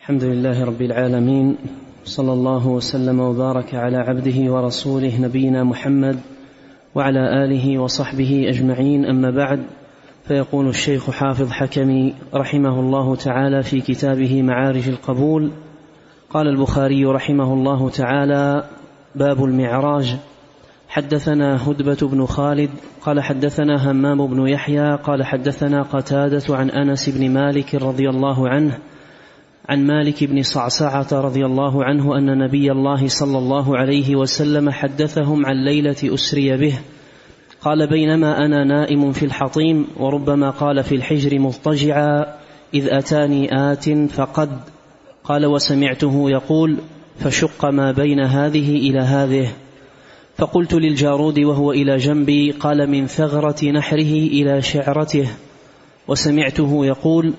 الحمد لله رب العالمين، صلى الله وسلم وبارك على عبده ورسوله نبينا محمد وعلى آله وصحبه أجمعين، أما بعد. فيقول الشيخ حافظ حكمي رحمه الله تعالى في كتابه معارج القبول: قال البخاري رحمه الله تعالى: باب المعراج. حدثنا هدبة بن خالد قال حدثنا همام بن يحيى قال حدثنا قتادة عن أنس بن مالك رضي الله عنه عن مالك بن صعصعة رضي الله عنه أن نبي الله صلى الله عليه وسلم حدثهم عن ليلة أسري به. قال: بينما أنا نائم في الحطيم، وربما قال في الحجر مضطجعا، إذ أتاني آت فقد. قال: وسمعته يقول: فشق ما بين هذه إلى هذه. فقلت للجارود وهو إلى جنبي: قال: من ثغرة نحره إلى شعرته. وسمعته يقول: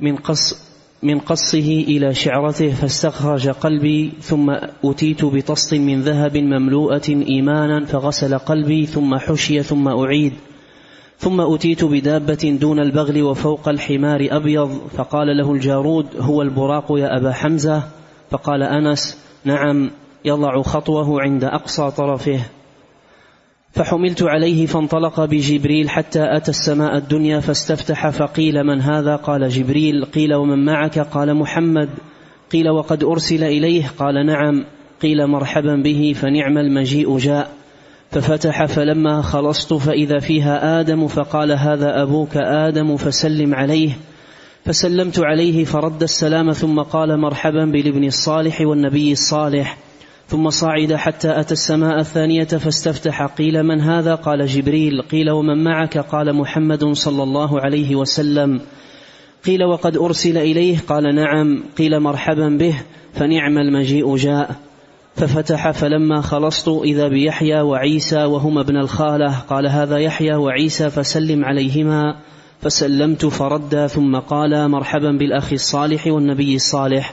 من قصه إلى شعرته. فاستخرج قلبي، ثم أتيت بطست من ذهب مملوءة إيمانا فغسل قلبي، ثم حشي ثم أعيد. ثم أتيت بدابة دون البغل وفوق الحمار أبيض. فقال له الجارود: هو البراق يا أبا حمزة؟ فقال أنس: نعم، يضع خطوه عند أقصى طرفه. فحملت عليه فانطلق بجبريل حتى أتى السماء الدنيا فاستفتح، فقيل: من هذا؟ قال: جبريل. قيل: ومن معك؟ قال: محمد. قيل: وقد أرسل إليه؟ قال: نعم. قيل: مرحبا به، فنعم المجيء جاء. ففتح، فلما خلصت فإذا فيها آدم، فقال: هذا أبوك آدم فسلم عليه. فسلمت عليه فرد السلام، ثم قال: مرحبا بالابن الصالح والنبي الصالح. ثم صعد حتى أتى السماء الثانية فاستفتح. قيل: من هذا؟ قال: جبريل. قيل: ومن معك؟ قال: محمد صلى الله عليه وسلم. قيل: وقد أرسل إليه؟ قال: نعم. قيل: مرحبا به، فنعم المجيء جاء. ففتح، فلما خلصت إذا بيحيى وعيسى وهما ابن الخالة. قال: هذا يحيى وعيسى فسلم عليهما. فسلمت فرد، ثم قال: مرحبا بالأخ الصالح والنبي الصالح.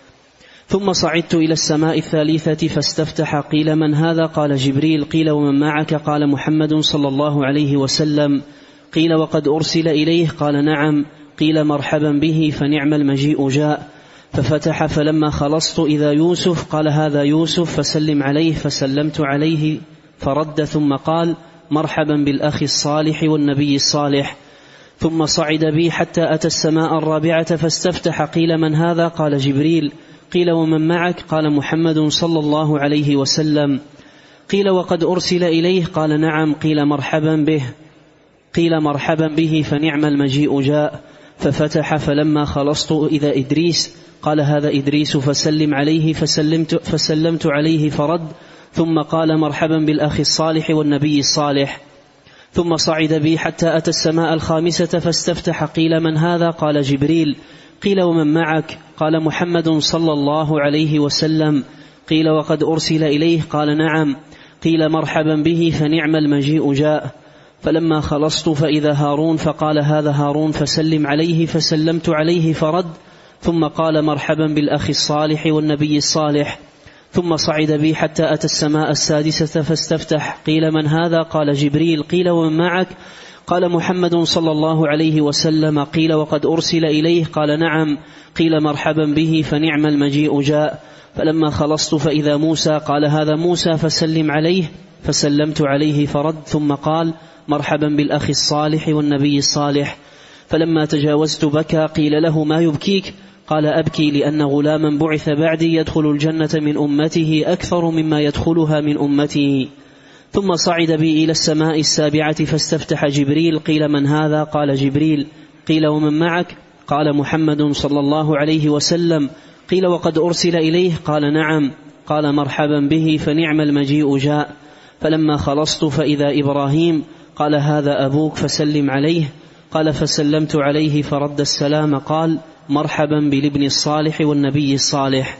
ثم صعدت إلى السماء الثالثة فاستفتح. قيل: من هذا؟ قال: جبريل. قيل: ومن معك؟ قال: محمد صلى الله عليه وسلم. قيل: وقد أرسل إليه؟ قال: نعم. قيل: مرحبا به، فنعم المجيء جاء. ففتح، فلما خلصت إذا يوسف. قال: هذا يوسف فسلم عليه. فسلمت عليه فرد، ثم قال: مرحبا بالأخ الصالح والنبي الصالح. ثم صعد بي حتى أتى السماء الرابعة فاستفتح. قيل: من هذا؟ قال: جبريل. قيل: ومن معك؟ قال: محمد صلى الله عليه وسلم. قيل: وقد أرسل إليه؟ قال: نعم. قيل: مرحبا به. قيل: مرحبا به، فنعم المجيء جاء. ففتح، فلما خلصت إذا إدريس. قال: هذا إدريس فسلم عليه. فسلمت عليه فرد، ثم قال: مرحبا بالأخ الصالح والنبي الصالح. ثم صعد بي حتى أتى السماء الخامسة فاستفتح. قيل: من هذا؟ قال: جبريل. قيل: ومن معك؟ قال: محمد صلى الله عليه وسلم. قيل: وقد أرسل إليه؟ قال: نعم. قيل: مرحبا به، فنعم المجيء جاء. فلما خلصت فإذا هارون. فقال: هذا هارون فسلم عليه. فسلمت عليه فرد، ثم قال: مرحبا بالأخ الصالح والنبي الصالح. ثم صعد بي حتى أتى السماء السادسة فاستفتح. قيل: من هذا؟ قال: جبريل. قيل: ومن معك؟ قال: محمد صلى الله عليه وسلم. قيل: وقد أرسل إليه؟ قال: نعم. قيل: مرحبا به، فنعم المجيء جاء. فلما خلصت فإذا موسى. قال: هذا موسى فسلم عليه. فسلمت عليه فرد، ثم قال: مرحبا بالأخ الصالح والنبي الصالح. فلما تجاوزت بكى. قيل له: ما يبكيك؟ قال: أبكي لأن غلاما بعث بعدي يدخل الجنة من أمته أكثر مما يدخلها من أمته. ثم صعد بي إلى السماء السابعة فاستفتح جبريل. قيل: من هذا؟ قال: جبريل. قيل: ومن معك؟ قال: محمد صلى الله عليه وسلم. قيل: وقد أرسل إليه؟ قال: نعم. قال: مرحبا به، فنعم المجيء جاء. فلما خلصت فإذا إبراهيم. قال: هذا أبوك فسلم عليه. قال: فسلمت عليه فرد السلام. قال: مرحبا بالابن الصالح والنبي الصالح.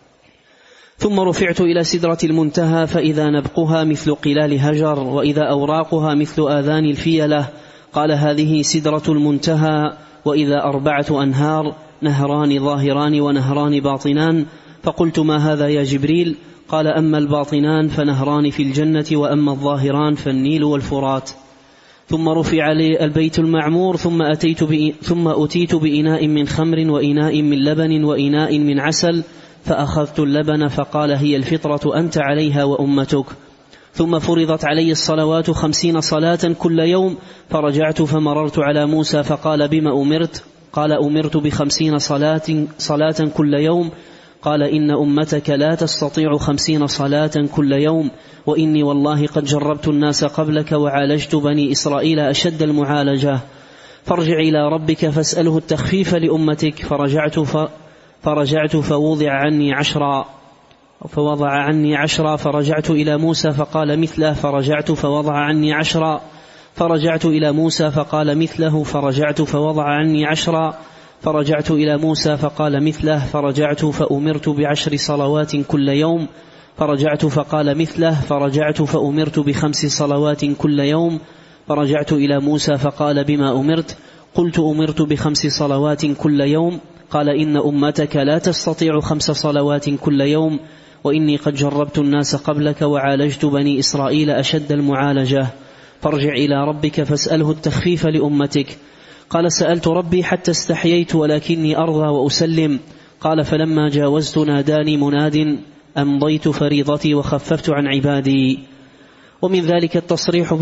ثم رفعت إلى سدرة المنتهى فإذا نبقها مثل قلال هجر، وإذا أوراقها مثل آذان الفيلة. قال: هذه سدرة المنتهى. وإذا 4 أنهار، نهران ظاهران ونهران باطنان. فقلت: ما هذا يا جبريل؟ قال: أما الباطنان فنهران في الجنة، وأما الظاهران فالنيل والفرات. ثم رفع لي البيت المعمور، ثم أتيت بإناء من خمر وإناء من لبن وإناء من عسل، فأخذت اللبن فقال: هي الفطرة أنت عليها وأمتك. ثم فرضت علي الصلوات 50 صلاة كل يوم، فرجعت فمررت على موسى فقال: بما أمرت؟ قال: أمرت ب50 صلاة كل يوم. قال: إن أمتك لا تستطيع 50 صلاة كل يوم، وإني والله قد جربت الناس قبلك وعالجت بني إسرائيل أشد المعالجة، فارجع إلى ربك فاسأله التخفيف لأمتك. فرجعت فوضع عني 10، فرجعت إلى موسى فقال مثله، فرجعت فوضع عني 10، فرجعت إلى موسى فقال مثله، فرجعت فوضع عني 10، فرجعت إلى موسى فقال مثله، فرجعت فأمرت ب10 صلوات كل يوم، فرجعت فقال مثله، فرجعت فأمرت ب5 صلوات كل يوم، فرجعت إلى موسى فقال: بما أمرت؟ قلت: أمرت ب5 صلوات كل يوم. قال: إن أمتك لا تستطيع 5 صلوات كل يوم، وإني قد جربت الناس قبلك وعالجت بني إسرائيل أشد المعالجة، فارجع إلى ربك فاسأله التخفيف لأمتك. قال: سألت ربي حتى استحييت، ولكني أرضى وأسلم. قال: فلما جاوزت ناداني مناد: أمضيت فريضتي وخففت عن عبادي. ومن ذلك التصريح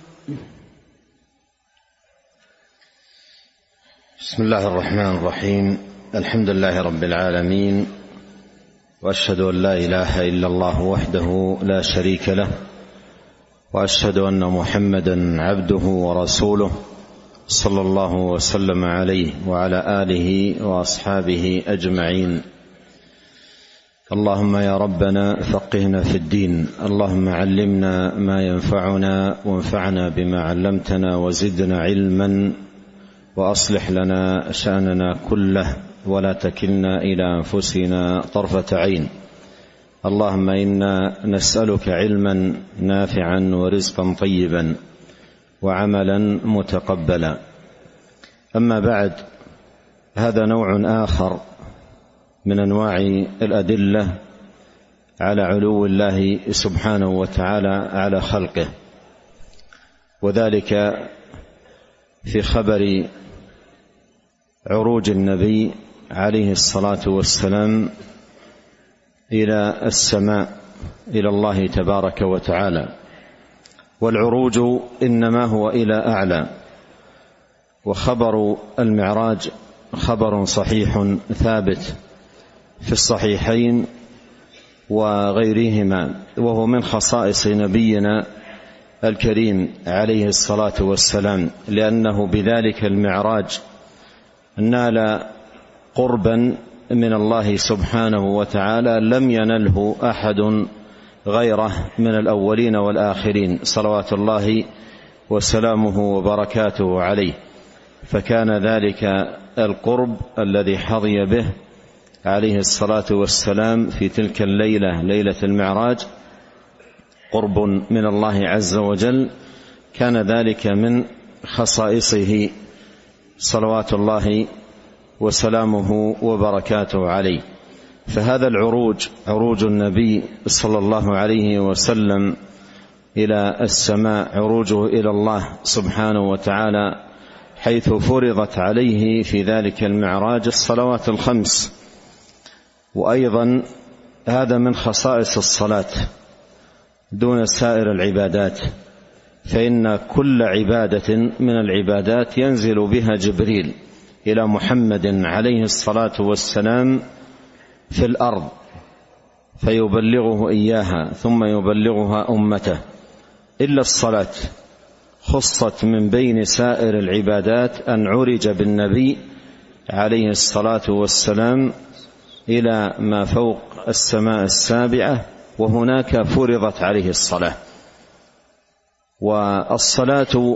بسم الله الرحمن الرحيم. الحمد لله رب العالمين، وأشهد أن لا إله إلا الله وحده لا شريك له، وأشهد أن محمدا عبده ورسوله صلى الله وسلم عليه وعلى آله وأصحابه أجمعين. اللهم يا ربنا فقهنا في الدين، اللهم علمنا ما ينفعنا وانفعنا بما علمتنا وزدنا علما، وأصلح لنا شأننا كله ولا تكلنا إلى أنفسنا طرفة عين. اللهم إنا نسألك علما نافعا ورزقا طيبا وعملا متقبلا. أما بعد، هذا نوع آخر من أنواع الأدلة على علو الله سبحانه وتعالى على خلقه، وذلك في خبر عروج النبي عليه الصلاة والسلام إلى السماء إلى الله تبارك وتعالى. والعروج إنما هو إلى أعلى، وخبر المعراج خبر صحيح ثابت في الصحيحين وغيرهما، وهو من خصائص نبينا الكريم عليه الصلاة والسلام، لأنه بذلك المعراج نال قربا من الله سبحانه وتعالى لم ينله أحد غيره من الأولين والآخرين صلوات الله وسلامه وبركاته عليه. فكان ذلك القرب الذي حظي به عليه الصلاة والسلام في تلك الليلة، ليلة المعراج، قرب من الله عز وجل، كان ذلك من خصائصه صلوات الله وسلامه وبركاته عليه. فهذا العروج، عروج النبي صلى الله عليه وسلم إلى السماء، عروجه إلى الله سبحانه وتعالى، حيث فرضت عليه في ذلك المعراج الصلوات الخمس. وأيضا هذا من خصائص الصلاة دون سائر العبادات، فإن كل عبادة من العبادات ينزل بها جبريل إلى محمد عليه الصلاة والسلام في الأرض فيبلغه إياها ثم يبلغها أمته، إلا الصلاة خصت من بين سائر العبادات أن عرج بالنبي عليه الصلاة والسلام إلى ما فوق السماء السابعة، وهناك فرضت عليه الصلاة. والصلاة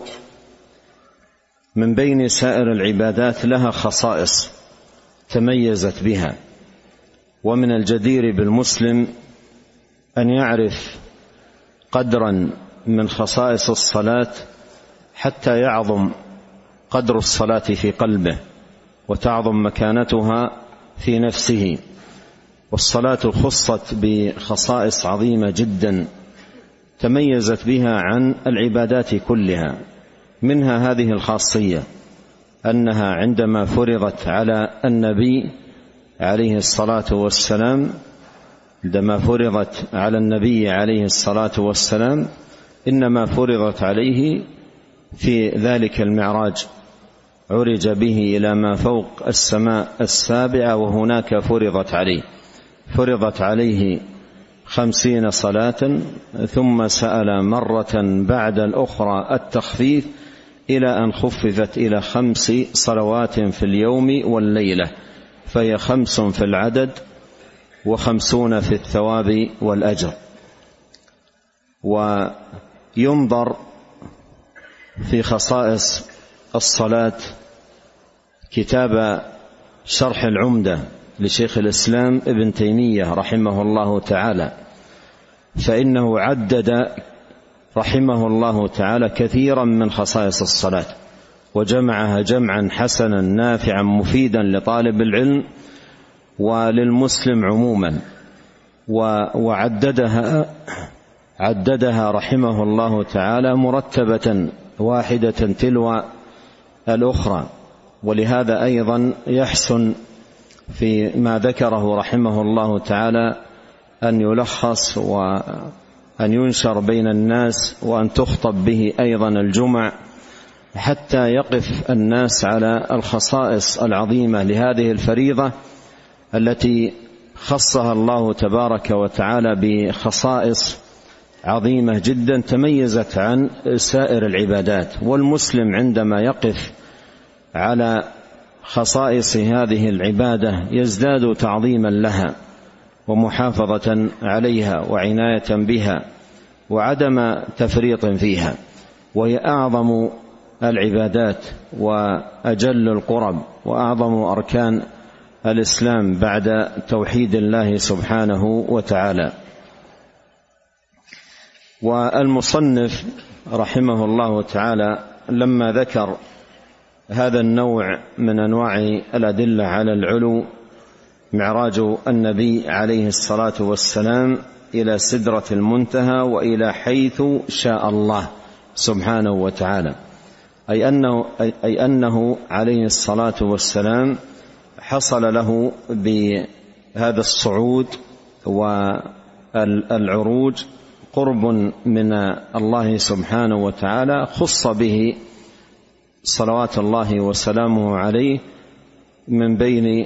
من بين سائر العبادات لها خصائص تميزت بها، ومن الجدير بالمسلم أن يعرف قدرا من خصائص الصلاة حتى يعظم قدر الصلاة في قلبه وتعظم مكانتها في نفسه. والصلاة خصت بخصائص عظيمة جدا تميزت بها عن العبادات كلها، منها هذه الخاصية، أنها عندما فرضت على النبي عليه الصلاة والسلام، عندما فرضت على النبي عليه الصلاة والسلام إنما فرضت عليه في ذلك المعراج، عرج به إلى ما فوق السماء السابعة، وهناك فرضت عليه 50 صلاة، ثم سأل مرة بعد الأخرى التخفيف إلى أن خففت إلى 5 صلوات في اليوم والليلة، فهي 5 في العدد و50 في الثواب والأجر. وينظر في خصائص الصلاة كتاب شرح العمدة لشيخ الإسلام ابن تيمية رحمه الله تعالى، فإنه عدد رحمه الله تعالى كثيرا من خصائص الصلاة، وجمعها جمعا حسنا نافعا مفيدا لطالب العلم وللمسلم عموما، وعددها رحمه الله تعالى مرتبة واحدة تلو الأخرى. ولهذا أيضا يحسن في ما ذكره رحمه الله تعالى أن يلخص وأن ينشر بين الناس، وأن تخطب به أيضا الجمع، حتى يقف الناس على الخصائص العظيمة لهذه الفريضة التي خصها الله تبارك وتعالى بخصائص عظيمة جدا تميزت عن سائر العبادات. والمسلم عندما يقف على خصائص هذه العبادة يزداد تعظيما لها ومحافظة عليها وعناية بها وعدم تفريط فيها، وهي أعظم العبادات وأجل القرب وأعظم أركان الإسلام بعد توحيد الله سبحانه وتعالى. والمصنف رحمه الله تعالى لما ذكر هذا النوع من أنواع الأدلة على العلو، معراج النبي عليه الصلاة والسلام إلى سدرة المنتهى وإلى حيث شاء الله سبحانه وتعالى، أي أنه عليه الصلاة والسلام حصل له بهذا الصعود والعروج قرب من الله سبحانه وتعالى خص به صلوات الله وسلامه عليه من بين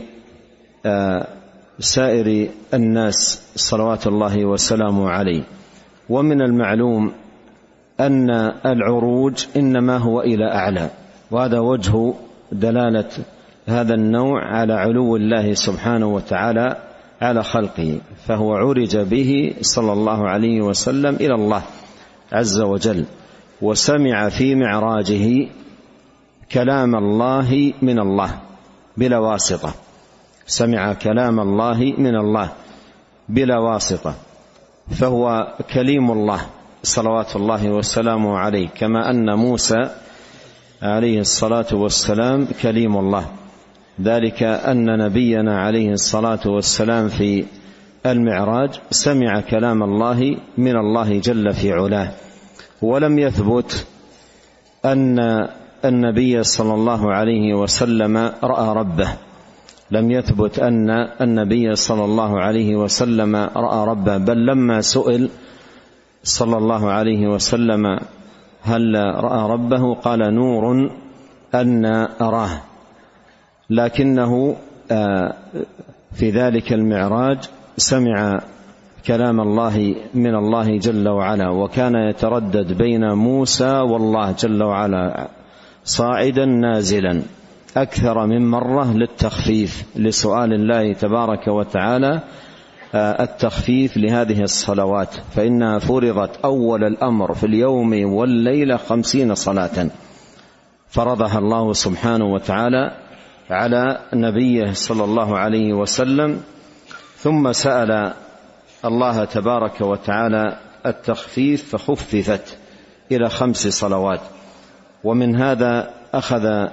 سائر الناس صلوات الله وسلامه عليه. ومن المعلوم أن العروج إنما هو إلى أعلى، وهذا وجه دلالة هذا النوع على علو الله سبحانه وتعالى على خلقه، فهو عرج به صلى الله عليه وسلم إلى الله عز وجل، وسمع في معراجه كلام الله من الله بلا واسطة، سمع كلام الله من الله بلا واسطة، فهو كليم الله صلوات الله وسلامه عليه، كما أن موسى عليه الصلاة والسلام كليم الله. ذلك أن نبينا عليه الصلاة والسلام في المعراج سمع كلام الله من الله جل في علاه. ولم يثبت أن النبي صلى الله عليه وسلم رأى ربه، لم يثبت أن النبي صلى الله عليه وسلم رأى ربه، بل لما سئل صلى الله عليه وسلم هل رأى ربه قال نور أن أراه، لكنه في ذلك المعراج سمع كلام الله من الله جل وعلا، وكان يتردد بين موسى والله جل وعلا صاعدا نازلا أكثر من مرة للتخفيف، لسؤال الله تبارك وتعالى التخفيف لهذه الصلوات، فإنها فرضت أول الأمر في اليوم والليلة 50 صلاة فرضها الله سبحانه وتعالى على نبيه صلى الله عليه وسلم، ثم سأل الله تبارك وتعالى التخفيف فخففت إلى 5 صلوات. ومن هذا أخذ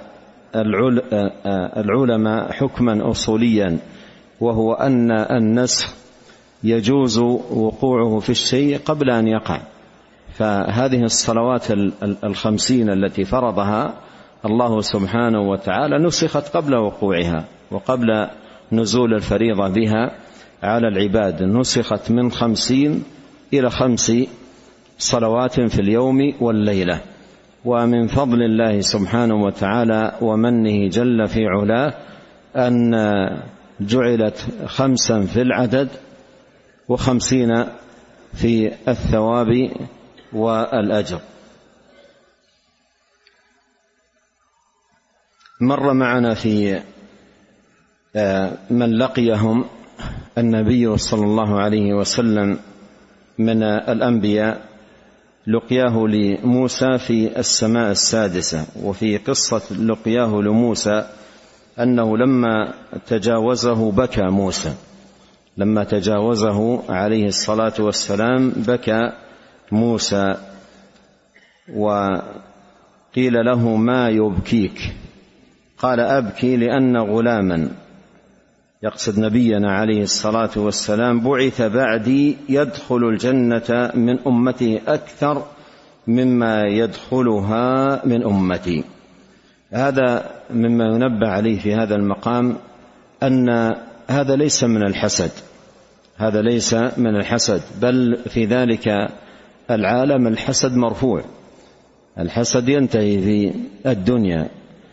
العلماء حكما أصوليا، وهو أن النسخ يجوز وقوعه في الشيء قبل أن يقع، فهذه الصلوات 50 التي فرضها الله سبحانه وتعالى نسخت قبل وقوعها وقبل نزول الفريضة بها على العباد، نسخت من 50 إلى 5 صلوات في اليوم والليلة. ومن فضل الله سبحانه وتعالى ومنه جل في علاه أن جعلت 5 في العدد و50 في الثواب والأجر. مر معنا في من لقيهم النبي صلى الله عليه وسلم من الأنبياء، لقياه لموسى في السماء السادسة. وفي قصة لقياه لموسى أنه لما تجاوزه بكى موسى، لما تجاوزه عليه الصلاة والسلام بكى موسى، وقيل له ما يبكيك؟ قال أبكي لأن غلاما، يقصد نبينا عليه الصلاة والسلام، بعث بعدي يدخل الجنة من أمته أكثر مما يدخلها من أمتي. هذا مما ينبه عليه في هذا المقام أن هذا ليس من الحسد، هذا ليس من الحسد، بل في ذلك العالم الحسد مرفوع، الحسد ينتهي في الدنيا،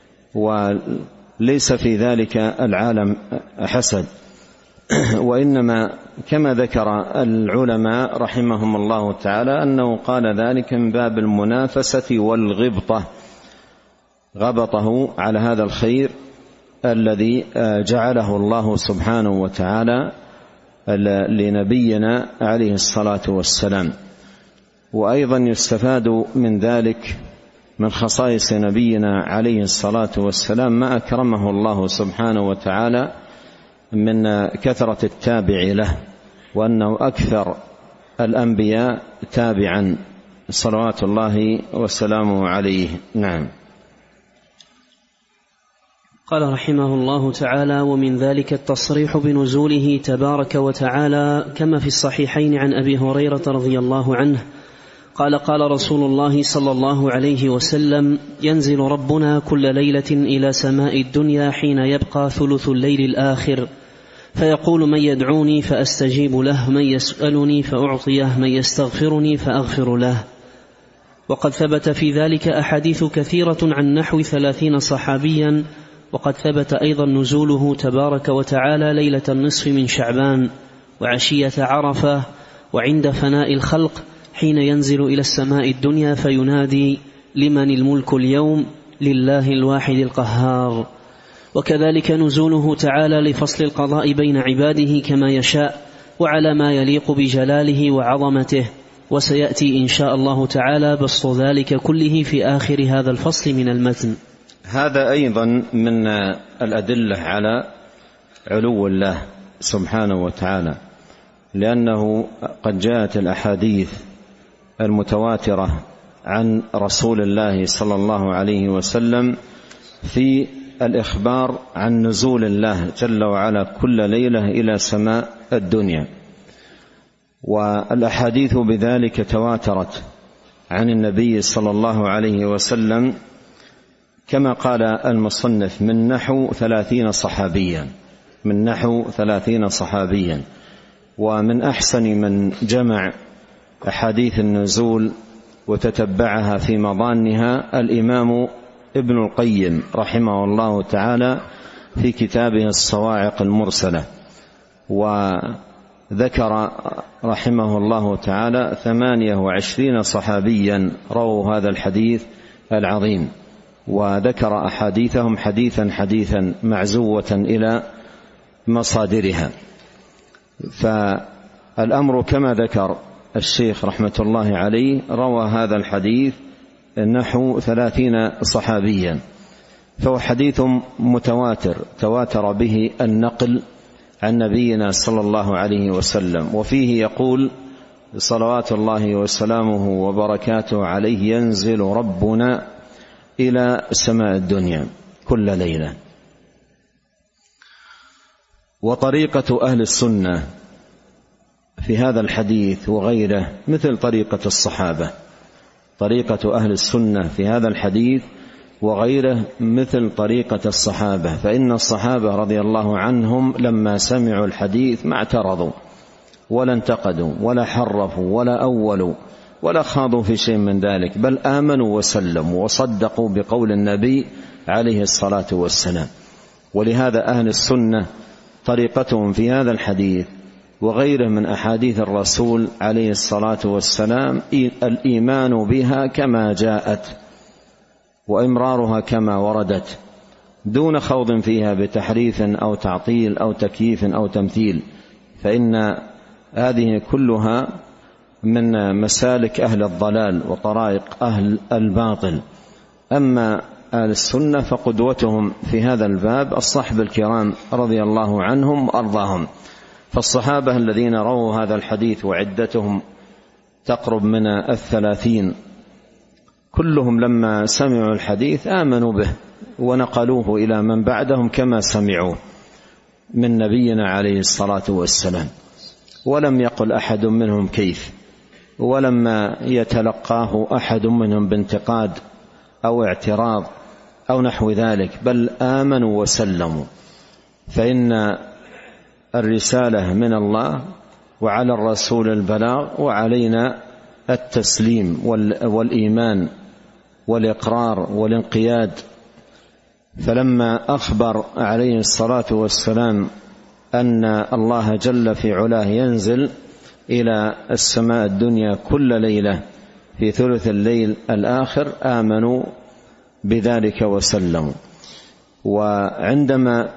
وليس في ذلك العالم حسد. وإنما كما ذكر العلماء رحمهم الله تعالى أنه قال ذلك من باب المنافسة والغبطة، غبطه على هذا الخير الذي جعله الله سبحانه وتعالى لنبينا عليه الصلاة والسلام. وأيضا يستفاد من ذلك من خصائص نبينا عليه الصلاة والسلام ما أكرمه الله سبحانه وتعالى من كثرة التابع له، وأنه أكثر الأنبياء تابعا صلوات الله وسلامه عليه. نعم. قال رحمه الله تعالى: ومن ذلك التصريح بنزوله تبارك وتعالى كما في الصحيحين عن أبي هريرة رضي الله عنه قال: قال رسول الله صلى الله عليه وسلم: ينزل ربنا كل ليلة إلى سماء الدنيا حين يبقى ثلث الليل الآخر، فيقول: من يدعوني فأستجيب له، من يسألني فأعطيه، من يستغفرني فأغفر له. وقد ثبت في ذلك أحاديث كثيرة عن نحو 30 صحابيا. وقد ثبت أيضا نزوله تبارك وتعالى ليلة النصف من شعبان وعشية عرفة وعند فناء الخلق حين ينزل إلى السماء الدنيا فينادي: لمن الملك اليوم؟ لله الواحد القهار. وكذلك نزوله تعالى لفصل القضاء بين عباده كما يشاء وعلى ما يليق بجلاله وعظمته، وسيأتي إن شاء الله تعالى بسط ذلك كله في آخر هذا الفصل من المتن. هذا أيضا من الأدلة على علو الله سبحانه وتعالى، لأنه قد جاءت الأحاديث المتواترة عن رسول الله صلى الله عليه وسلم في الإخبار عن نزول الله جل وعلا كل ليلة إلى سماء الدنيا، والأحاديث بذلك تواترت عن النبي صلى الله عليه وسلم كما قال المصنف من نحو 30 صحابيا، من نحو 30 صحابيا. ومن أحسن من جمع أحاديث النزول وتتبعها في مضانها الإمام ابن القيم رحمه الله تعالى في كتابه الصواعق المرسلة، وذكر رحمه الله تعالى 28 صحابيا رووا هذا الحديث العظيم، وذكر أحاديثهم حديثا حديثا معزوة إلى مصادرها. فالأمر كما ذكر الشيخ رحمة الله عليه روى هذا الحديث نحو 30 صحابيا، فهو حديث متواتر تواتر به النقل عن نبينا صلى الله عليه وسلم، وفيه يقول صلوات الله وسلامه وبركاته عليه: ينزل ربنا إلى سماء الدنيا كل ليلة. وطريقة أهل السنة في هذا الحديث وغيره مثل طريقة الصحابة طريقة أهل السنة في هذا الحديث وغيره مثل طريقة الصحابة، فإن الصحابة رضي الله عنهم لما سمعوا الحديث ما اعترضوا ولا انتقدوا ولا حرفوا ولا أولوا ولا خاضوا في شيء من ذلك، بل آمنوا وسلموا وصدقوا بقول النبي عليه الصلاة والسلام. ولهذا أهل السنة طريقتهم في هذا الحديث وغيره من أحاديث الرسول عليه الصلاة والسلام الإيمان بها كما جاءت وإمرارها كما وردت دون خوض فيها بتحريف أو تعطيل أو تكييف أو تمثيل، فإن هذه كلها من مسالك أهل الضلال وطرائق أهل الباطل. أما أهل السنة فقدوتهم في هذا الباب الصحب الكرام رضي الله عنهم وأرضاهم. فالصحابة الذين رووا هذا الحديث وعدتهم تقرب من 30 كلهم لما سمعوا الحديث آمنوا به ونقلوه إلى من بعدهم كما سمعوه من نبينا عليه الصلاة والسلام، ولم يقل أحد منهم كيف، ولما يتلقاه أحد منهم بانتقاد أو اعتراض أو نحو ذلك، بل آمنوا وسلموا. فإن الرسالة من الله وعلى الرسول البلاغ وعلينا التسليم والإيمان والإقرار والانقياد. فلما أخبر عليه الصلاة والسلام أن الله جل في علاه ينزل إلى السماء الدنيا كل ليلة في ثلث الليل الآخر آمنوا بذلك وسلموا. وعندما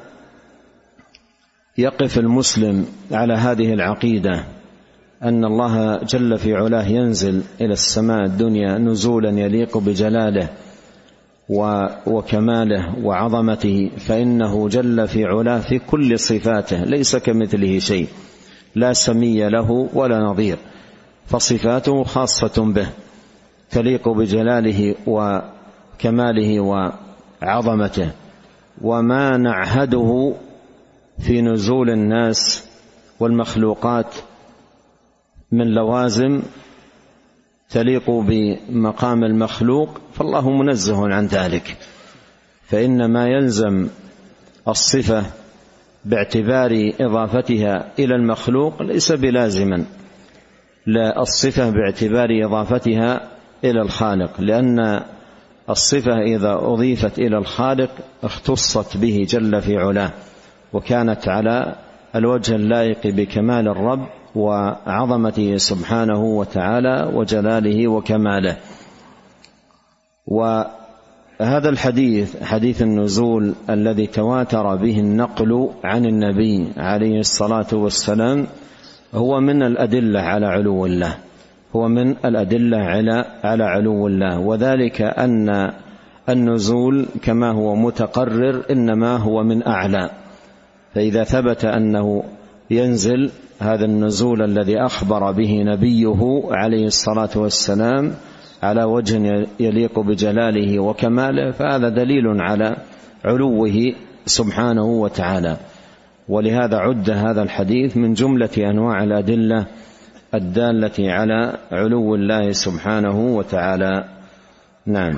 يقف المسلم على هذه العقيدة أن الله جل في علاه ينزل إلى السماء الدنيا نزولا يليق بجلاله وكماله وعظمته، فإنه جل في علاه في كل صفاته ليس كمثله شيء، لا سمي له ولا نظير، فصفاته خاصة به تليق بجلاله وكماله وعظمته. وما نعهده في نزول الناس والمخلوقات من لوازم تليق بمقام المخلوق فالله منزه عن ذلك، فإن ما يلزم الصفة باعتبار إضافتها إلى المخلوق ليس بلازما لا الصفة باعتبار إضافتها إلى الخالق، لأن الصفة إذا أضيفت إلى الخالق اختصت به جل في علاه وكانت على الوجه اللائق بكمال الرب وعظمته سبحانه وتعالى وجلاله وكماله. وهذا الحديث حديث النزول الذي تواتر به النقل عن النبي عليه الصلاة والسلام هو من الأدلة على علو الله، هو من الأدلة على علو الله، وذلك أن النزول كما هو متقرر إنما هو من أعلى، فإذا ثبت أنه ينزل هذا النزول الذي أخبر به نبيه عليه الصلاة والسلام على وجه يليق بجلاله وكماله فهذا دليل على علوه سبحانه وتعالى. ولهذا عد هذا الحديث من جملة أنواع الأدلة الدالة على علو الله سبحانه وتعالى. نعم.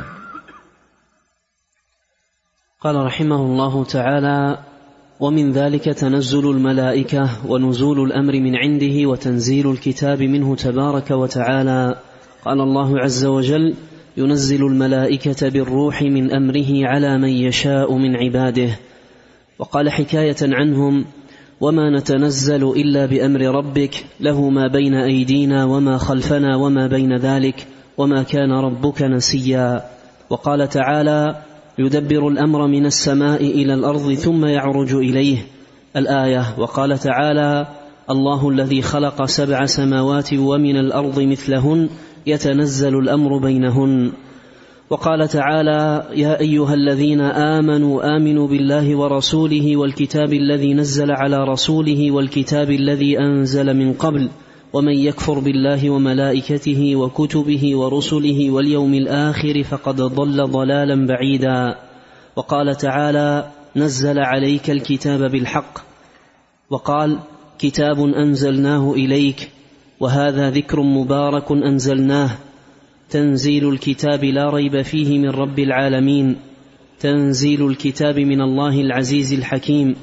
قال رحمه الله تعالى: ومن ذلك تنزل الملائكة ونزول الأمر من عنده وتنزيل الكتاب منه تبارك وتعالى. قال الله عز وجل: ينزل الملائكة بالروح من أمره على من يشاء من عباده. وقال حكاية عنهم: وما نتنزل إلا بأمر ربك له ما بين أيدينا وما خلفنا وما بين ذلك وما كان ربك نسيا. وقال تعالى: يدبر الأمر من السماء إلى الأرض ثم يعرج إليه الآية. وقال تعالى: الله الذي خلق 7 سماوات ومن الأرض مثلهن يتنزل الأمر بينهن. وقال تعالى: يا أيها الذين آمنوا بالله ورسوله والكتاب الذي نزل على رسوله والكتاب الذي أنزل من قبل ومن يكفر بالله وملائكته وكتبه ورسله واليوم الآخر فقد ضل ضلالا بعيدا. وقال تعالى: نزل عليك الكتاب بالحق. وقال: كتاب أنزلناه إليك وهذا ذكر مبارك أنزلناه. تنزيل الكتاب لا ريب فيه من رب العالمين، تنزيل الكتاب من الله العزيز الحكيم،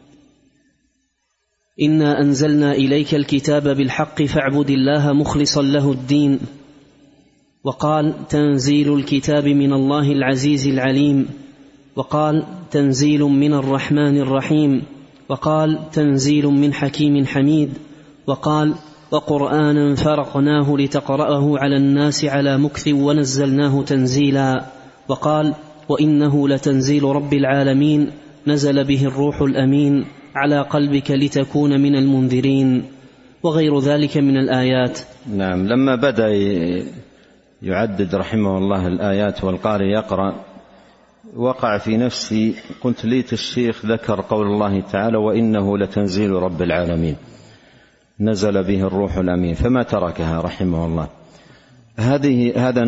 إنا أنزلنا إليك الكتاب بالحق فاعبد الله مخلصا له الدين. وقال تنزيل الكتاب من الله العزيز العليم. وقال تنزيل من الرحمن الرحيم. وقال تنزيل من حكيم حميد. وقال وقرآنا فرقناه لتقرأه على الناس على مكث ونزلناه تنزيلا. وقال وإنه لتنزيل رب العالمين نزل به الروح الأمين على قلبك لتكون من المنذرين، وغير ذلك من الآيات. نعم. لما بدأ يعدد رحمه الله الآيات والقارئ يقرأ وقع في نفسي، قلت ليت الشيخ ذكر قول الله تعالى وإنه لتنزيل رب العالمين نزل به الروح الأمين، فما تركها رحمه الله. هذا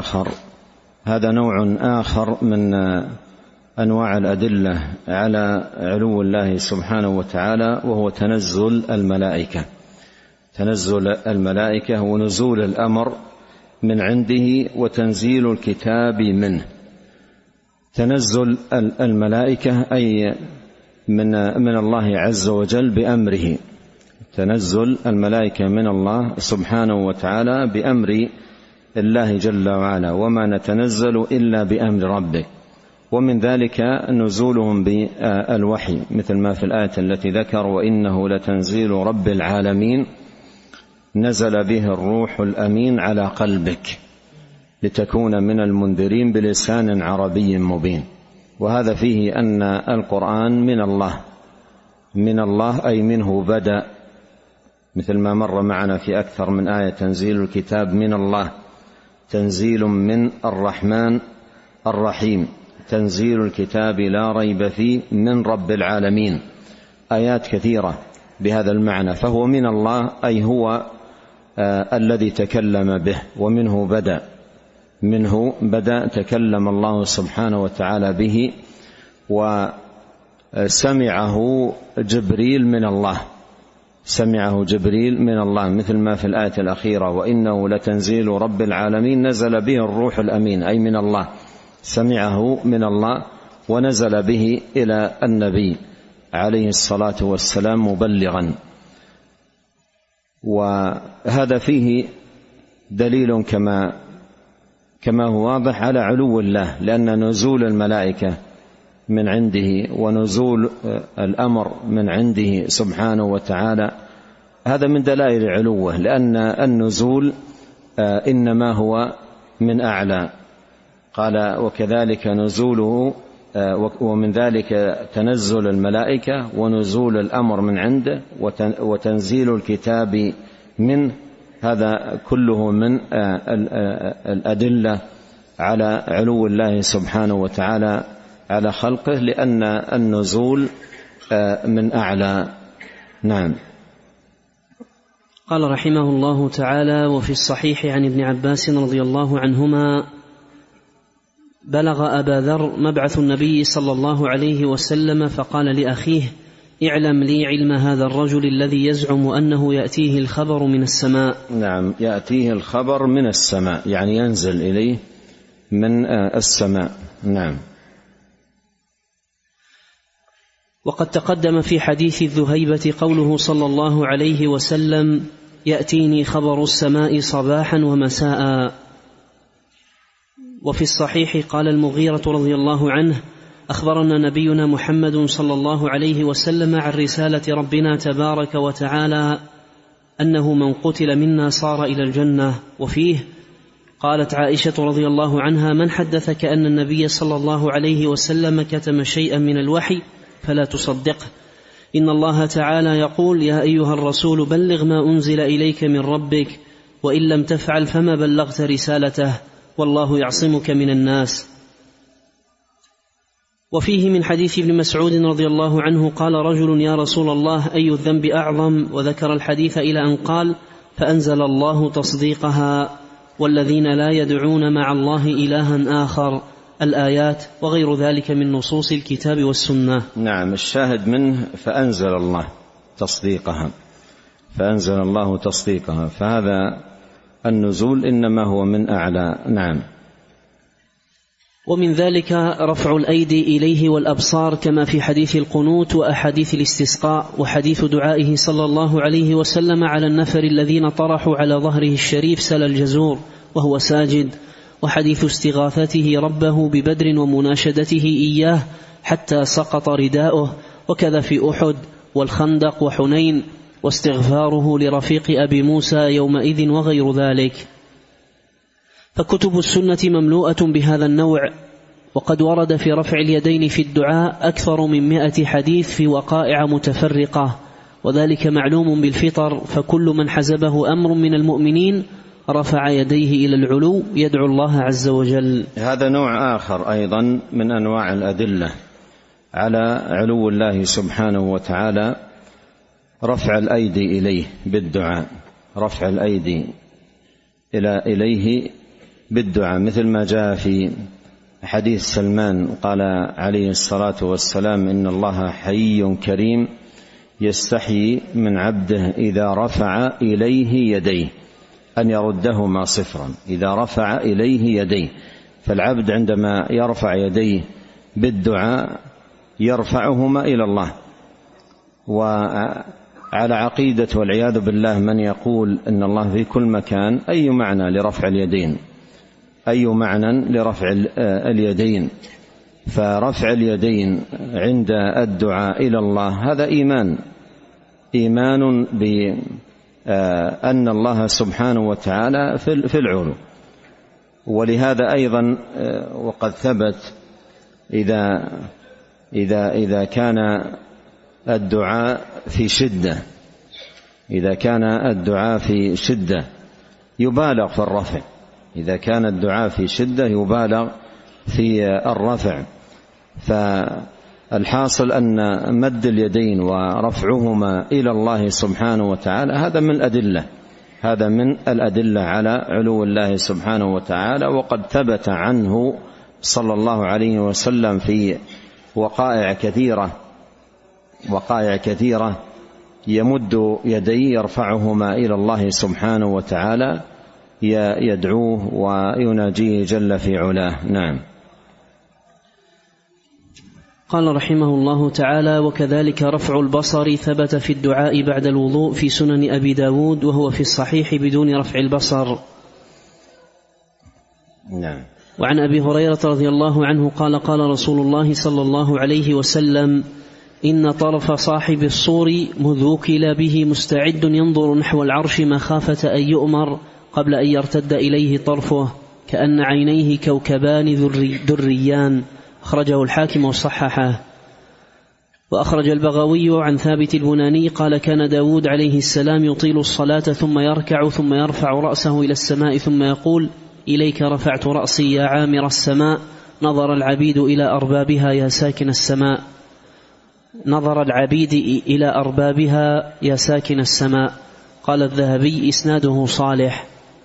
نوع آخر من أنواع الأدلة على علو الله سبحانه وتعالى، وهو تنزل الملائكة ونزول الأمر من عنده وتنزيل الكتاب منه. تنزل الملائكة أي من الله عز وجل بأمره، تنزل الملائكة من الله سبحانه وتعالى بأمر الله جل وعلا، وما نتنزل إلا بأمر ربك. ومن ذلك نزولهم بالوحي، مثل ما في الآية التي ذكر وإنه لتنزيل رب العالمين نزل به الروح الأمين على قلبك لتكون من المنذرين بلسان عربي مبين. وهذا فيه أن القرآن من الله أي منه بدأ، مثل ما مر معنا في أكثر من آية تنزيل الكتاب من الله، تنزيل من الرحمن الرحيم، تنزيل الكتاب لا ريب فيه من رب العالمين، آيات كثيرة بهذا المعنى. فهو من الله أي هو الذي تكلم به، ومنه بدأ تكلم الله سبحانه وتعالى به، وسمعه جبريل من الله، مثل ما في الآية الأخيرة وإنه لتنزيل رب العالمين نزل به الروح الأمين أي من الله، سمعه من الله ونزل به إلى النبي عليه الصلاة والسلام مبلغا. وهذا فيه دليل كما هو واضح على علو الله، لأن نزول الملائكة من عنده ونزول الأمر من عنده سبحانه وتعالى هذا من دلائل علوه، لأن النزول إنما هو من أعلى. قال وكذلك نزوله، ومن ذلك تنزل الملائكة ونزول الأمر من عنده وتنزيل الكتاب منه. هذا كله من الأدلة على علو الله سبحانه وتعالى على خلقه، لأن النزول من أعلى. نعم. قال رحمه الله تعالى وفي الصحيح عن ابن عباس رضي الله عنهما بلغ أبا ذر مبعث النبي صلى الله عليه وسلم فقال لأخيه اعلم لي علم هذا الرجل الذي يزعم أنه يأتيه الخبر من السماء. نعم، يأتيه الخبر من السماء يعني ينزل إليه من السماء. نعم. وقد تقدم في حديث الذهيبة قوله صلى الله عليه وسلم يأتيني خبر السماء صباحا ومساء. وفي الصحيح قال المغيرة رضي الله عنه أخبرنا نبينا محمد صلى الله عليه وسلم عن رسالة ربنا تبارك وتعالى أنه من قتل منا صار إلى الجنة. وفيه قالت عائشة رضي الله عنها من حدثك أن النبي صلى الله عليه وسلم كتم شيئا من الوحي فلا تصدقه، إن الله تعالى يقول يا أيها الرسول بلغ ما أنزل إليك من ربك وإن لم تفعل فما بلغت رسالته والله يعصمك من الناس. وفيه من حديث ابن مسعود رضي الله عنه قال رجل يا رسول الله أي الذنب أعظم، وذكر الحديث إلى أن قال فأنزل الله تصديقها والذين لا يدعون مع الله إلها آخر، الآيات وغير ذلك من نصوص الكتاب والسنة. نعم، الشاهد منه فأنزل الله تصديقها، فهذا النزول إنما هو من أعلى. نعم. ومن ذلك رفع الأيدي إليه والأبصار كما في حديث القنوت وأحاديث الاستسقاء، وحديث دعائه صلى الله عليه وسلم على النفر الذين طرحوا على ظهره الشريف سل الجزور وهو ساجد، وحديث استغاثته ربه ببدر ومناشدته إياه حتى سقط رداؤه، وكذا في أحد والخندق وحنين، واستغفاره لرفيق أبي موسى يومئذ وغير ذلك. فكتب السنة مملوءة بهذا النوع، وقد ورد في رفع اليدين في الدعاء أكثر من 100 حديث في وقائع متفرقة، وذلك معلوم بالفطر، فكل من حزبه أمر من المؤمنين رفع يديه إلى العلو يدعو الله عز وجل. هذا نوع آخر أيضا من أنواع الأدلة على علو الله سبحانه وتعالى، رفع الأيدي إليه بالدعاء، رفع الأيدي إليه بالدعاء، مثل ما جاء في حديث سلمان قال عليه الصلاة والسلام: إن الله حي كريم يستحيي من عبده إذا رفع إليه يديه أن يردهما صفرا. إذا رفع إليه يديه، فالعبد عندما يرفع يديه بالدعاء يرفعهما إلى الله. وعلى عقيدة والعياذ بالله من يقول إن الله في كل مكان، أي معنى لرفع اليدين؟ أي معنى لرفع اليدين؟ فرفع اليدين عند الدعاء إلى الله هذا إيمان بأن الله سبحانه وتعالى في العلو. ولهذا أيضا وقد ثبت إذا كان الدعاء في شدة، إذا كان الدعاء في شدة يبالغ في الرفع، إذا كان الدعاء في شدة يبالغ في الرفع. فالحاصل أن مد اليدين ورفعهما إلى الله سبحانه وتعالى هذا من الأدلة على علو الله سبحانه وتعالى. وقد ثبت عنه صلى الله عليه وسلم في وقائع كثيرة يمد يديه يرفعهما إلى الله سبحانه وتعالى يدعوه ويناجيه جل في علاه. نعم. قال رحمه الله تعالى: وكذلك رفع البصر ثبت في الدعاء بعد الوضوء في سنن أبي داود، وهو في الصحيح بدون رفع البصر. نعم. وعن أبي هريرة رضي الله عنه قال: قال رسول الله صلى الله عليه وسلم: إن طرف صاحب الصور مذ وكل به مستعد ينظر نحو العرش مخافة أن يؤمر قبل أن يرتد إليه طرفه، كأن عينيه كوكبان دريان. أخرجه الحاكم وصححه. وأخرج البغوي عن ثابت البناني قال: كان داود عليه السلام يطيل الصلاة ثم يركع ثم يرفع رأسه إلى السماء ثم يقول: إليك رفعت رأسي يا عامر السماء، نظر العبيد إلى أربابها يا ساكن السماء. نظر العبيد إلى أربابها يا ساكن السماء. قال الذهبي: إسناده صالح.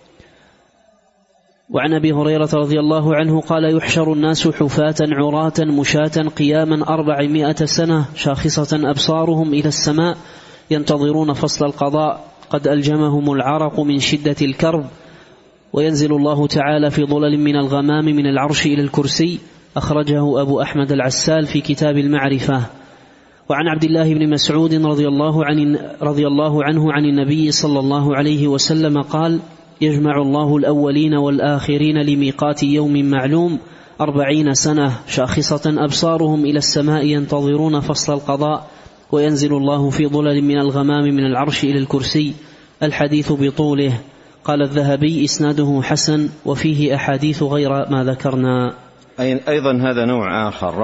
وعن أبي هريرة رضي الله عنه قال: يحشر الناس حفاة عراة مشاة قياما 400 سنة شاخصة أبصارهم إلى السماء ينتظرون فصل القضاء، قد ألجمهم العرق من شدة الكرب، وينزل الله تعالى في ظلل من الغمام من العرش إلى الكرسي. أخرجه أبو أحمد العسال في كتاب المعرفة. وعن عبد الله بن مسعود رضي الله عنه عن النبي صلى الله عليه وسلم قال: يجمع الله الأولين والآخرين لميقات يوم معلوم 40 سنة شاخصة أبصارهم إلى السماء ينتظرون فصل القضاء، وينزل الله في ظلل من الغمام من العرش إلى الكرسي. الحديث بطوله. قال الذهبي: إسناده حسن، وفيه أحاديث غير ما ذكرنا. أيضا هذا نوع آخر،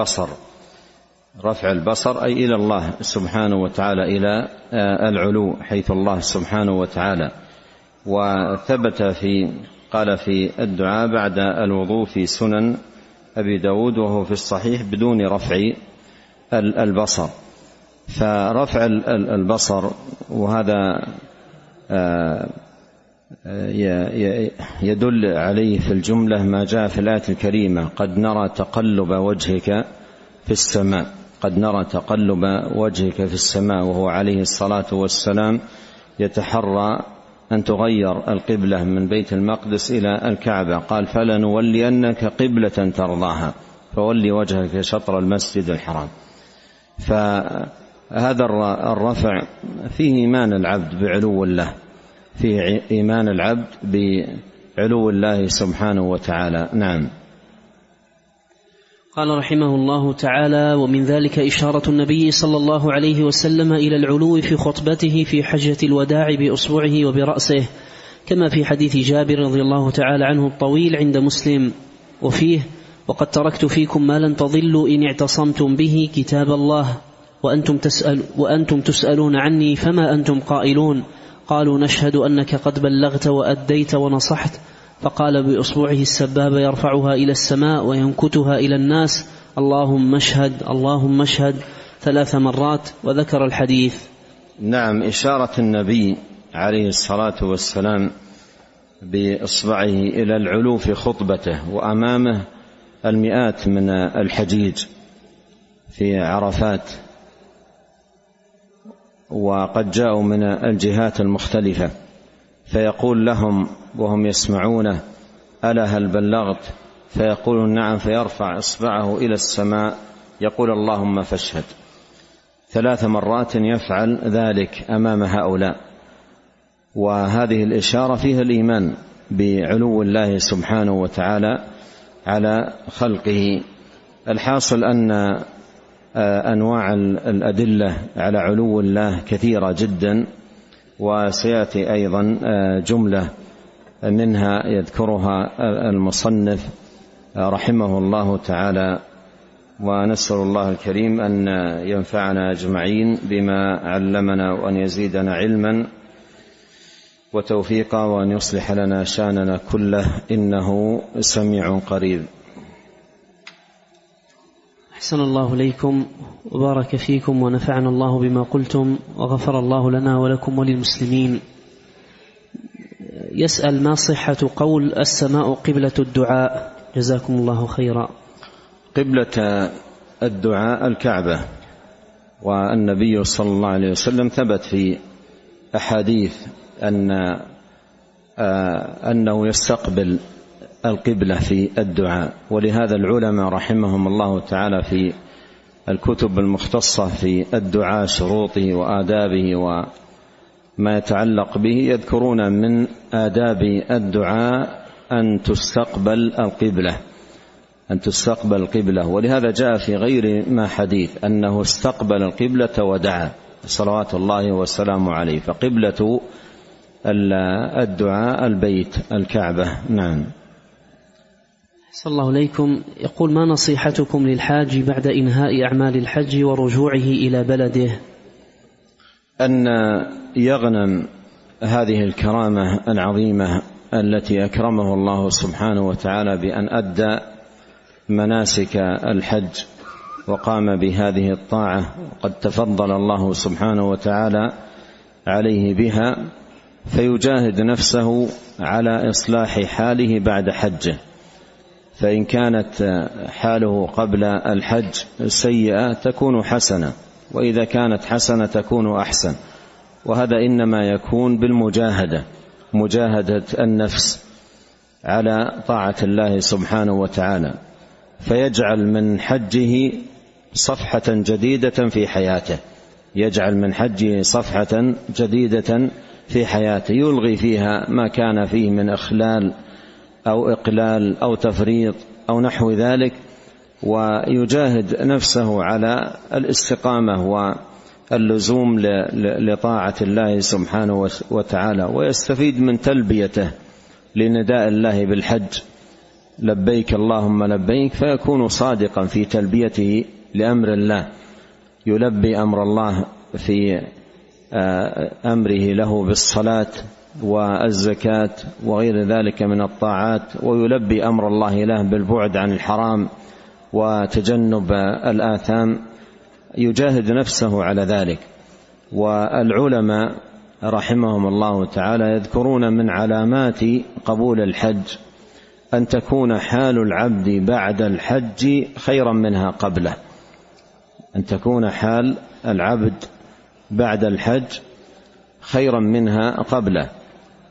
رفع البصر أي إلى الله سبحانه وتعالى، إلى العلو حيث الله سبحانه وتعالى. وثبت قال في الدعاء بعد الوضوء في سنن أبي داود، وهو في الصحيح بدون رفع البصر. فرفع البصر وهذا يدل عليه في الجملة ما جاء في الآية الكريمة: قد نرى تقلب وجهك في السماء، قد نرى تقلب وجهك في السماء، وهو عليه الصلاة والسلام يتحرى أن تغير القبلة من بيت المقدس إلى الكعبة، قال فلنولينك قبلة ترضاها فولي وجهك شطر المسجد الحرام. فهذا الرفع فيه إيمان العبد بعلو الله، فيه إيمان العبد بعلو الله سبحانه وتعالى. نعم. قال رحمه الله تعالى: ومن ذلك إشارة النبي صلى الله عليه وسلم إلى العلو في خطبته في حجة الوداع بأصبعه وبرأسه، كما في حديث جابر رضي الله تعالى عنه الطويل عند مسلم، وفيه: وقد تركت فيكم ما لن تضلوا إن اعتصمتم به كتاب الله وأنتم تسألون عني فما أنتم قائلون؟ قالوا: نشهد أنك قد بلغت وأديت ونصحت. فقال بأصبعه السبابة يرفعها إلى السماء وينكتها إلى الناس: اللهم اشهد اللهم اشهد 3 مرات، وذكر الحديث. نعم، إشارة النبي عليه الصلاة والسلام بإصبعه إلى العلو في خطبته، وأمامه المئات من الحجيج في عرفات، وقد جاءوا من الجهات المختلفة، فيقول لهم وهم يسمعونه: ألا هل بلغت؟ فيقولون: نعم، فيرفع إصبعه إلى السماء يقول: اللهم فاشهد. 3 مرات يفعل ذلك أمام هؤلاء. وهذه الإشارة فيها الإيمان بعلو الله سبحانه وتعالى على خلقه. الحاصل أن أنواع الأدلة على علو الله كثيرة جدا، وسيأتي أيضا جملة منها يذكرها المصنف رحمه الله تعالى. ونسأل الله الكريم أن ينفعنا أجمعين بما علمنا، وأن يزيدنا علما وتوفيقا، وأن يصلح لنا شأننا كله، إنه سميع قريب. أحسن الله إليكم وبارك فيكم، ونفعنا الله بما قلتم، وغفر الله لنا ولكم وللمسلمين. يسأل: ما صحة قول السماء قبلة الدعاء؟ جزاكم الله خيرا. قبلة الدعاء الكعبة، والنبي صلى الله عليه وسلم ثبت في أحاديث أنه يستقبل القبلة في الدعاء. ولهذا العلماء رحمهم الله تعالى في الكتب المختصة في الدعاء، شروطه وآدابه وما يتعلق به، يذكرون من آداب الدعاء أن تستقبل القبلة. ولهذا جاء في غير ما حديث أنه استقبل القبلة ودعا صلوات الله وسلامه عليه. فقبلة الدعاء البيت الكعبة. نعم. صلى الله عليكم. يقول: ما نصيحتكم للحاج بعد إنهاء أعمال الحج ورجوعه إلى بلده؟ أن يغنم هذه الكرامة العظيمة التي أكرمه الله سبحانه وتعالى بأن أدى مناسك الحج وقام بهذه الطاعة، قد تفضل الله سبحانه وتعالى عليه بها، فيجاهد نفسه على إصلاح حاله بعد حجه. فإن كانت حاله قبل الحج سيئة تكون حسنة، وإذا كانت حسنة تكون أحسن. وهذا إنما يكون بالمجاهدة، مجاهدة النفس على طاعة الله سبحانه وتعالى، فيجعل من حجه صفحة جديدة في حياته، يجعل من حجه صفحة جديدة في حياته، يلغي فيها ما كان فيه من إخلال أو إقلال أو تفريط أو نحو ذلك، ويجاهد نفسه على الاستقامة واللزوم لطاعة الله سبحانه وتعالى، ويستفيد من تلبيته لنداء الله بالحج: لبيك اللهم لبيك، فيكون صادقا في تلبيته لأمر الله، يلبي أمر الله في أمره له بالصلاة والزكاة وغير ذلك من الطاعات، ويلبي أمر الله له بالبعد عن الحرام وتجنب الآثام، يجاهد نفسه على ذلك. والعلماء رحمهم الله تعالى يذكرون من علامات قبول الحج أن تكون حال العبد بعد الحج خيرا منها قبله، أن تكون حال العبد بعد الحج خيرا منها قبله.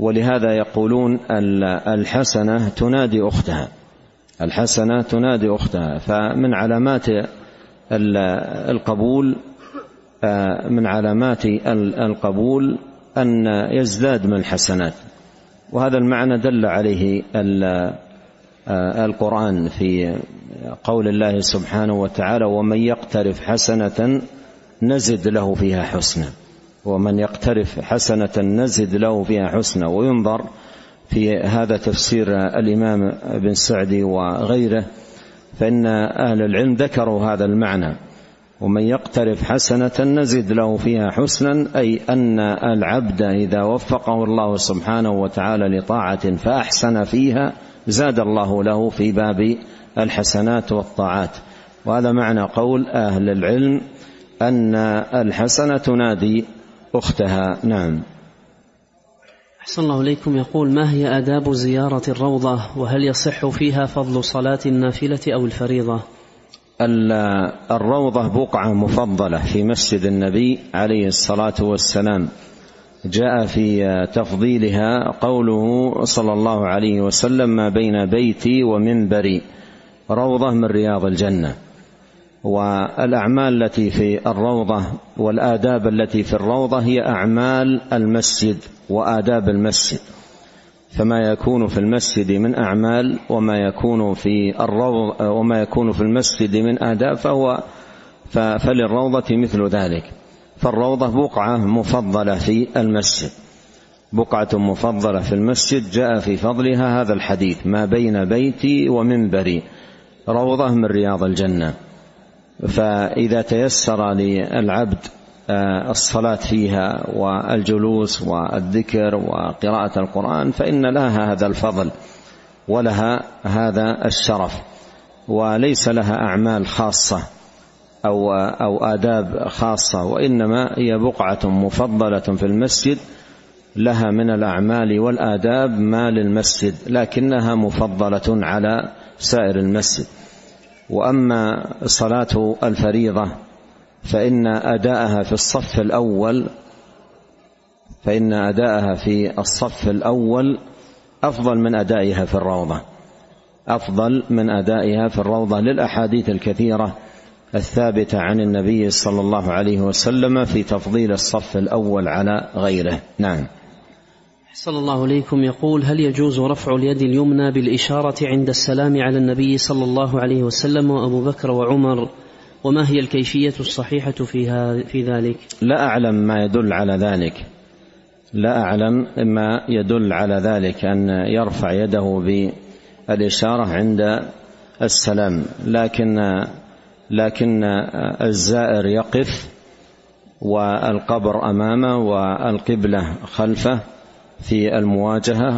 ولهذا يقولون الحسنة تنادي أختها، الحسنة تنادي أختها. فمن علامات القبول من علامات القبول أن يزداد من الحسنات، وهذا المعنى دل عليه القرآن في قول الله سبحانه وتعالى: ومن يقترف حسنة نزد له فيها حسنة. ومن يقترف حسنة نزد له فيها حسنة. وينظر في هذا تفسير الإمام ابن سعدي وغيره، فإن أهل العلم ذكروا هذا المعنى: ومن يقترف حسنة نزد له فيها حسنا، أي أن العبد إذا وفقه الله سبحانه وتعالى لطاعة فأحسن فيها زاد الله له في باب الحسنات والطاعات. وهذا معنى قول أهل العلم أن الحسنة تنادي أختها. نعم. أحسن الله إليكم. يقول: ما هي آداب زيارة الروضة، وهل يصح فيها فضل صلاة النافلة أو الفريضة؟ الروضة بقعة مفضلة في مسجد النبي عليه الصلاة والسلام، جاء في تفضيلها قوله صلى الله عليه وسلم: ما بين بيتي ومنبري روضة من رياض الجنة. والأعمال التي في الروضة والآداب التي في الروضة هي أعمال المسجد وآداب المسجد، فما يكون في المسجد من أعمال وما يكون في المسجد من آداب فللروضة مثل ذلك. فالروضة بقعة مفضلة في المسجد، بقعة مفضلة في المسجد، جاء في فضلها هذا الحديث: ما بين بيتي ومنبري روضة من رياض الجنة. فإذا تيسر للعبد الصلاة فيها والجلوس والذكر وقراءة القرآن فإن لها هذا الفضل ولها هذا الشرف، وليس لها أعمال خاصة أو آداب خاصة، وإنما هي بقعة مفضلة في المسجد لها من الأعمال والآداب ما للمسجد، لكنها مفضلة على سائر المسجد. وأما صلاة الفريضة فإن أداءها في الصف الأول أفضل من أدائها في الروضة، أفضل من أدائها في الروضة، للأحاديث الكثيرة الثابتة عن النبي صلى الله عليه وسلم في تفضيل الصف الأول على غيره. نعم. صلى الله عليكم. يقول: هل يجوز رفع اليد اليمنى بالإشارة عند السلام على النبي صلى الله عليه وسلم وأبو بكر وعمر، وما هي الكيفية الصحيحة في ذلك؟ لا أعلم ما يدل على ذلك، لا أعلم ما يدل على ذلك أن يرفع يده بالإشارة عند السلام، لكن الزائر يقف والقبر أمامه والقبلة خلفه في المواجهة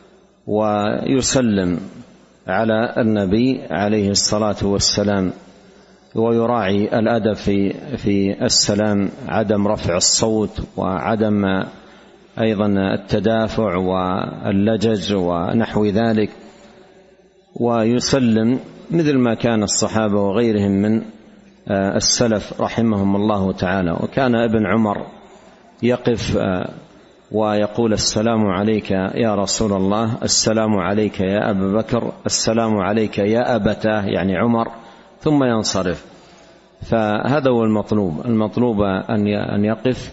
ويسلم على النبي عليه الصلاة والسلام، ويراعي الأدب في السلام، عدم رفع الصوت وعدم أيضا التدافع واللجج ونحو ذلك، ويسلم مثل ما كان الصحابة وغيرهم من السلف رحمهم الله تعالى. وكان ابن عمر يقف ويقول: السلام عليك يا رسول الله، السلام عليك يا أبا بكر، السلام عليك يا أبتاه، يعني عمر، ثم ينصرف. فهذا هو المطلوب أن يقف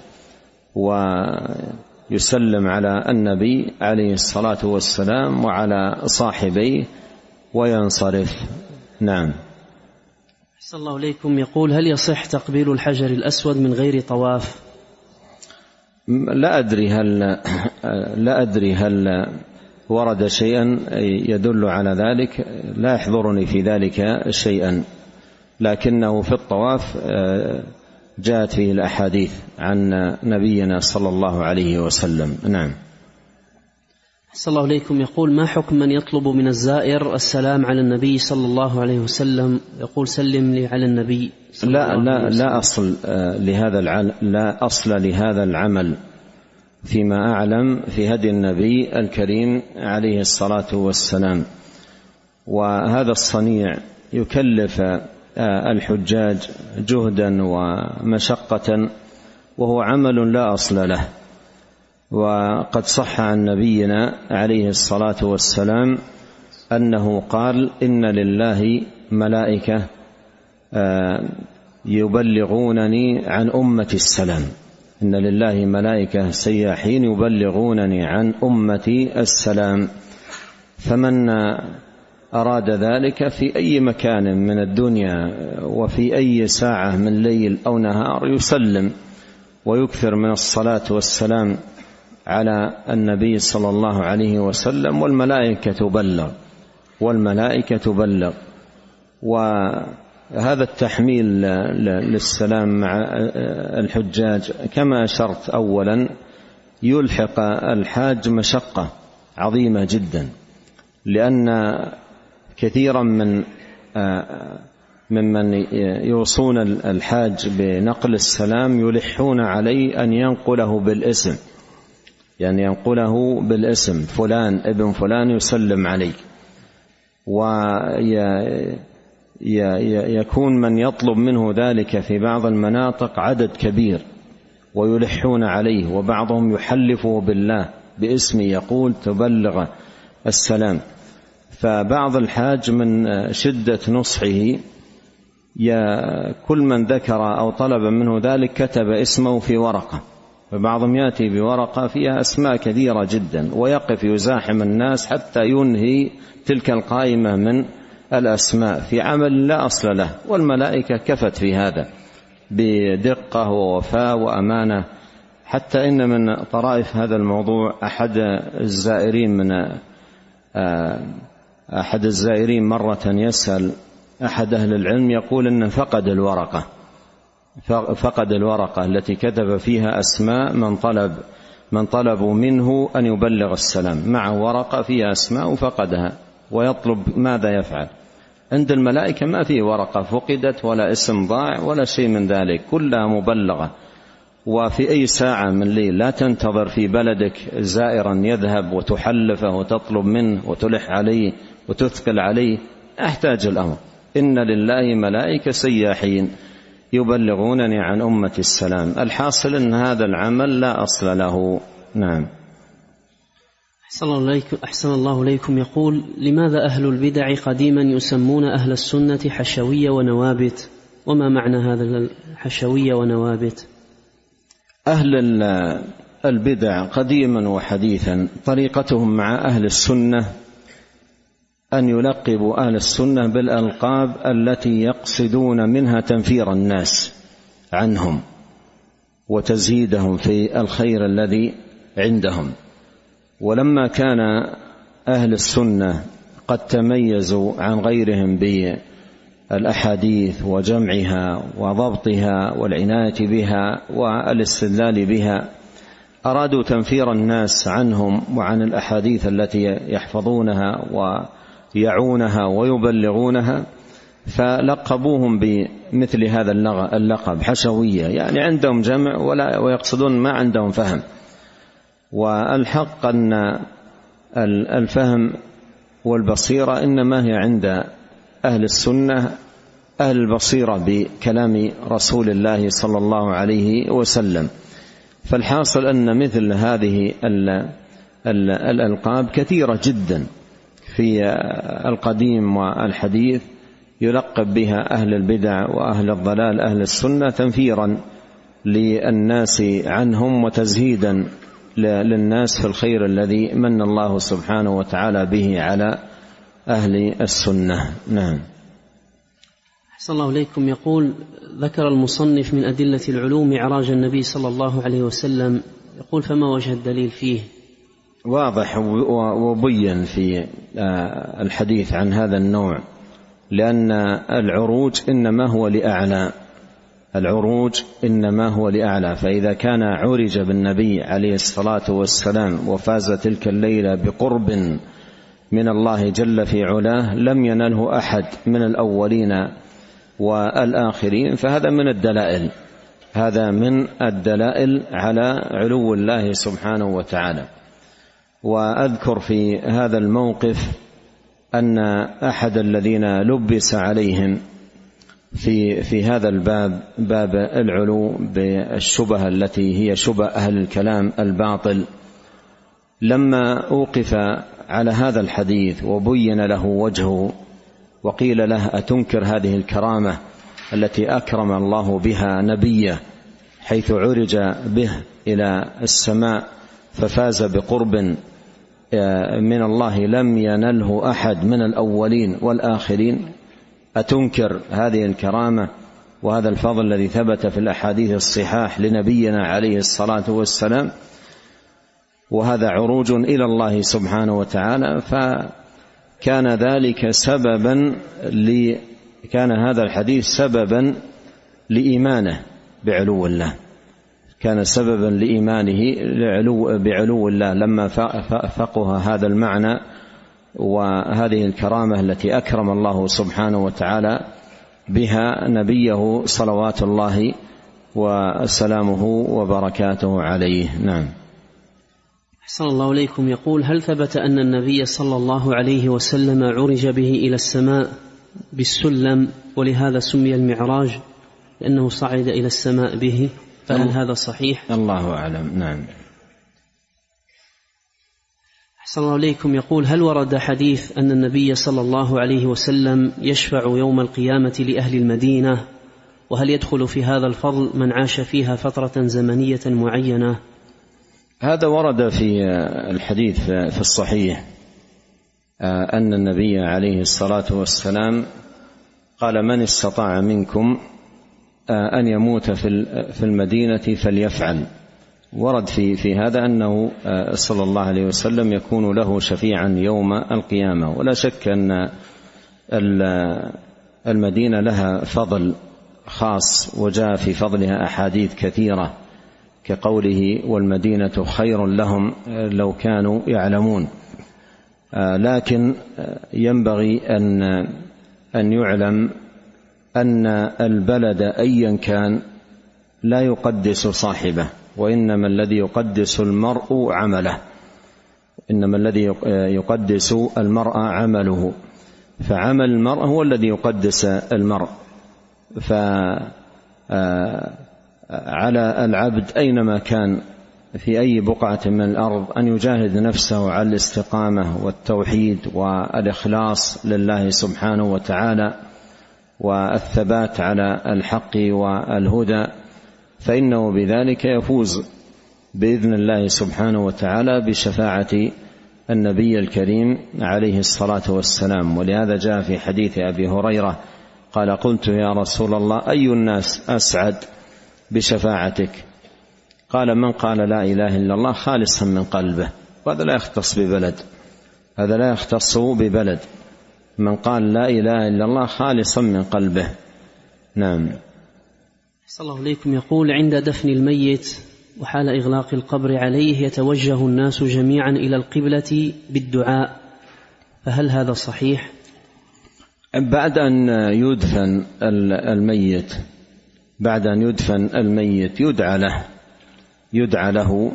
ويسلم على النبي عليه الصلاة والسلام وعلى صاحبيه وينصرف. نعم. أحسن الله إليكم. يقول: هل يصح تقبيل الحجر الأسود من غير طواف؟ لا أدري هل ورد شيئا يدل على ذلك، لا يحضرني في ذلك شيئا، لكنه في الطواف جاءت فيه الأحاديث عن نبينا صلى الله عليه وسلم. نعم. أحسن الله إليكم. يقول: ما حكم من يطلب من الزائر السلام على النبي صلى الله عليه وسلم، يقول: سلم لي على النبي؟ لا أصل لهذا العمل فيما أعلم في هدي النبي الكريم عليه الصلاة والسلام، وهذا الصنيع يكلف الحجاج جهدا ومشقة، وهو عمل لا أصل له، وقد صح عن نبينا عليه الصلاة والسلام أنه قال: إن لله ملائكة يبلغونني عن أمتي السلام. إن لله ملائكة سياحين يبلغونني عن أمتي السلام. فمن أراد ذلك في أي مكان من الدنيا وفي أي ساعة من ليل أو نهار يسلم ويكثر من الصلاة والسلام على النبي صلى الله عليه وسلم، والملائكة تبلغ. وهذا التحميل للسلام مع الحجاج كما أشرت أولا يلحق الحاج مشقة عظيمة جدا، لأن كثيرا ممن يوصون الحاج بنقل السلام يلحون عليه أن ينقله بالاسم، يعني ينقله بالاسم: فلان ابن فلان يسلم عليك. ويكون من يطلب منه ذلك في بعض المناطق عدد كبير ويلحون عليه، وبعضهم يحلفه بالله باسمه يقول: تبلغ السلام. فبعض الحاج من شدة نصحه كل من ذكر أو طلب منه ذلك كتب اسمه في ورقة، فبعضهم يأتي بورقة فيها أسماء كثيرة جدا ويقف يزاحم الناس حتى ينهي تلك القائمة من الأسماء في عمل لا أصل له. والملائكة كفت في هذا بدقة ووفاء وأمانة. حتى إن من طرائف هذا الموضوع أحد الزائرين مرة يسأل أحد أهل العلم يقول إن فقد الورقة التي كتب فيها أسماء من طلبوا منه أن يبلغ السلام، مع ورقة فيها أسماء وفقدها، ويطلب ماذا يفعل. عند الملائكة ما في ورقة فقدت ولا اسم ضاع ولا شيء من ذلك، كلها مبلغة. وفي أي ساعة من الليل لا تنتظر في بلدك زائرا يذهب وتحلفه وتطلب منه وتلح عليه وتثقل عليه، أحتاج الأمر. إن لله ملائكة سياحين يبلغونني عن أمتي السلام. الحاصل أن هذا العمل لا أصل له. نعم. أحسن الله إليكم. يقول: لماذا أهل البدع قديما يسمون أهل السنة حشوية ونوابت؟ وما معنى هذا الحشوية ونوابت؟ أهل البدع قديما وحديثا طريقتهم مع أهل السنة أن يلقبوا أهل السنة بالألقاب التي يقصدون منها تنفير الناس عنهم وتزهيدهم في الخير الذي عندهم. ولما كان أهل السنة قد تميزوا عن غيرهم بالأحاديث وجمعها وضبطها والعناية بها والاستدلال بها، أرادوا تنفير الناس عنهم وعن الأحاديث التي يحفظونها ويعونها ويبلغونها، فلقبوهم بمثل هذا اللقب حشوية، يعني عندهم جمع ويقصدون ما عندهم فهم. والحق أن الفهم والبصيرة إنما هي عند أهل السنة، أهل البصيرة بكلام رسول الله صلى الله عليه وسلم. فالحاصل أن مثل هذه الألقاب كثيرة جدا في القديم والحديث يلقب بها أهل البدع وأهل الضلال أهل السنة تنفيرا للناس عنهم وتزهيدا للناس في الخير الذي من الله سبحانه وتعالى به على أهل السنة. نعم. أحسن الله إليكم. يقول: ذكر المصنف من أدلة العلوم معراج النبي صلى الله عليه وسلم، يقول: فما وجه الدليل فيه؟ واضح وبين في الحديث عن هذا النوع، لأن العروج إنما هو لأعلى، فإذا كان عرج بالنبي عليه الصلاة والسلام وفاز تلك الليلة بقرب من الله جل في علاه لم ينله أحد من الأولين والآخرين، فهذا من الدلائل على علو الله سبحانه وتعالى. وأذكر في هذا الموقف أن أحد الذين لبس عليهم في هذا الباب، باب العلو بالشبهة التي هي شبه أهل الكلام الباطل، لما أوقف على هذا الحديث وبين له وجهه وقيل له أتنكر هذه الكرامة التي أكرم الله بها نبيه، حيث عرج به إلى السماء ففاز بقرب من الله لم ينله أحد من الأولين والآخرين، أتنكر هذه الكرامة وهذا الفضل الذي ثبت في الأحاديث الصحاح لنبينا عليه الصلاة والسلام، وهذا عروج إلى الله سبحانه وتعالى، فكان ذلك سببا كان هذا الحديث سببا لإيمانه بعلو الله، كان سببا لإيمانه بعلو الله لما فقه هذا المعنى وهذه الكرامة التي أكرم الله سبحانه وتعالى بها نبيه صلوات الله وسلامه وبركاته عليه. نعم. أحسن الله إليكم. يقول: هل ثبت أن النبي صلى الله عليه وسلم عرج به إلى السماء بالسلم ولهذا سمي المعراج لأنه صعد إلى السماء به، فهل هذا صحيح؟ الله أعلم. نعم. أحسن الله إليكم. يقول: هل ورد حديث أن النبي صلى الله عليه وسلم يشفع يوم القيامة لأهل المدينة، وهل يدخل في هذا الفضل من عاش فيها فترة زمنية معينة؟ هذا ورد في الحديث في الصحيح أن النبي عليه الصلاة والسلام قال: من استطاع منكم أن يموت في المدينة فليفعل. ورد في هذا أنه صلى الله عليه وسلم يكون له شفيعا يوم القيامة، ولا شك أن المدينة لها فضل خاص وجاء في فضلها أحاديث كثيرة كقوله: والمدينة خير لهم لو كانوا يعلمون. لكن ينبغي أن يعلم أن البلد أيا كان لا يقدس صاحبه، وإنما الذي يقدس المرء عمله، إنما الذي يقدس المرء عمله، فعمل المرء هو الذي يقدس المرء. فعلى العبد أينما كان في أي بقعة من الأرض أن يجاهد نفسه على الاستقامة والتوحيد والإخلاص لله سبحانه وتعالى والثبات على الحق والهدى، فإنه بذلك يفوز بإذن الله سبحانه وتعالى بشفاعة النبي الكريم عليه الصلاة والسلام. ولهذا جاء في حديث أبي هريرة قال: قلت يا رسول الله أي الناس أسعد بشفاعتك؟ قال: من قال لا إله إلا الله خالصا من قلبه. وهذا لا يختص ببلد، هذا لا يختص ببلد، من قال لا إله إلا الله خالصا من قلبه. نعم. صلى الله عليكم. يقول: عند دفن الميت وحال إغلاق القبر عليه يتوجه الناس جميعا إلى القبلة بالدعاء، فهل هذا صحيح؟ بعد أن يدفن الميت، بعد أن يدفن الميت يدعى له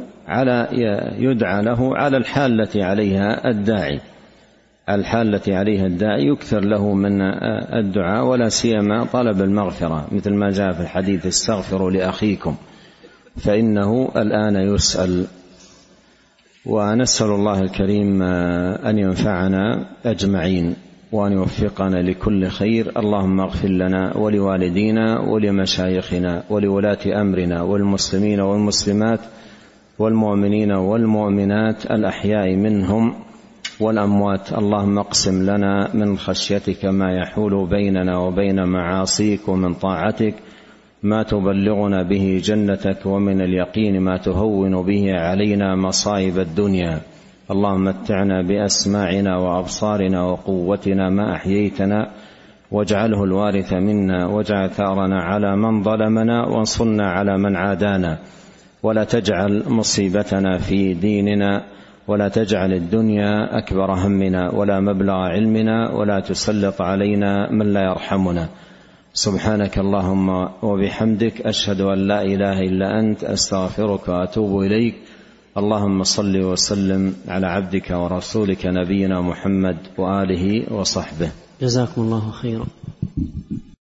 على الحال التي عليها الداعي، الحال التي عليها الداعي يكثر له من الدعاء، ولا سيما طلب المغفرة، مثل ما جاء في الحديث: استغفروا لأخيكم فإنه الآن يسأل. ونسأل الله الكريم أن ينفعنا أجمعين وأن يوفقنا لكل خير. اللهم اغفر لنا ولوالدينا ولمشايخنا ولولاة أمرنا والمسلمين والمسلمات والمؤمنين والمؤمنات الأحياء منهم والأموات. اللهم اقسم لنا من خشيتك ما يحول بيننا وبين معاصيك، ومن طاعتك ما تبلغنا به جنتك، ومن اليقين ما تهون به علينا مصائب الدنيا. اللهم متعنا بأسماعنا وأبصارنا وقوتنا ما أحييتنا، واجعله الوارث منا، واجعل ثأرنا على من ظلمنا، وانصرنا على من عادانا، ولا تجعل مصيبتنا في ديننا، ولا تجعل الدنيا أكبر همنا ولا مبلغ علمنا، ولا تسلط علينا من لا يرحمنا. سبحانك اللهم وبحمدك، أشهد أن لا إله إلا أنت، أستغفرك وأتوب إليك. اللهم صل وسلم على عبدك ورسولك نبينا محمد وآله وصحبه. جزاكم الله خيرا.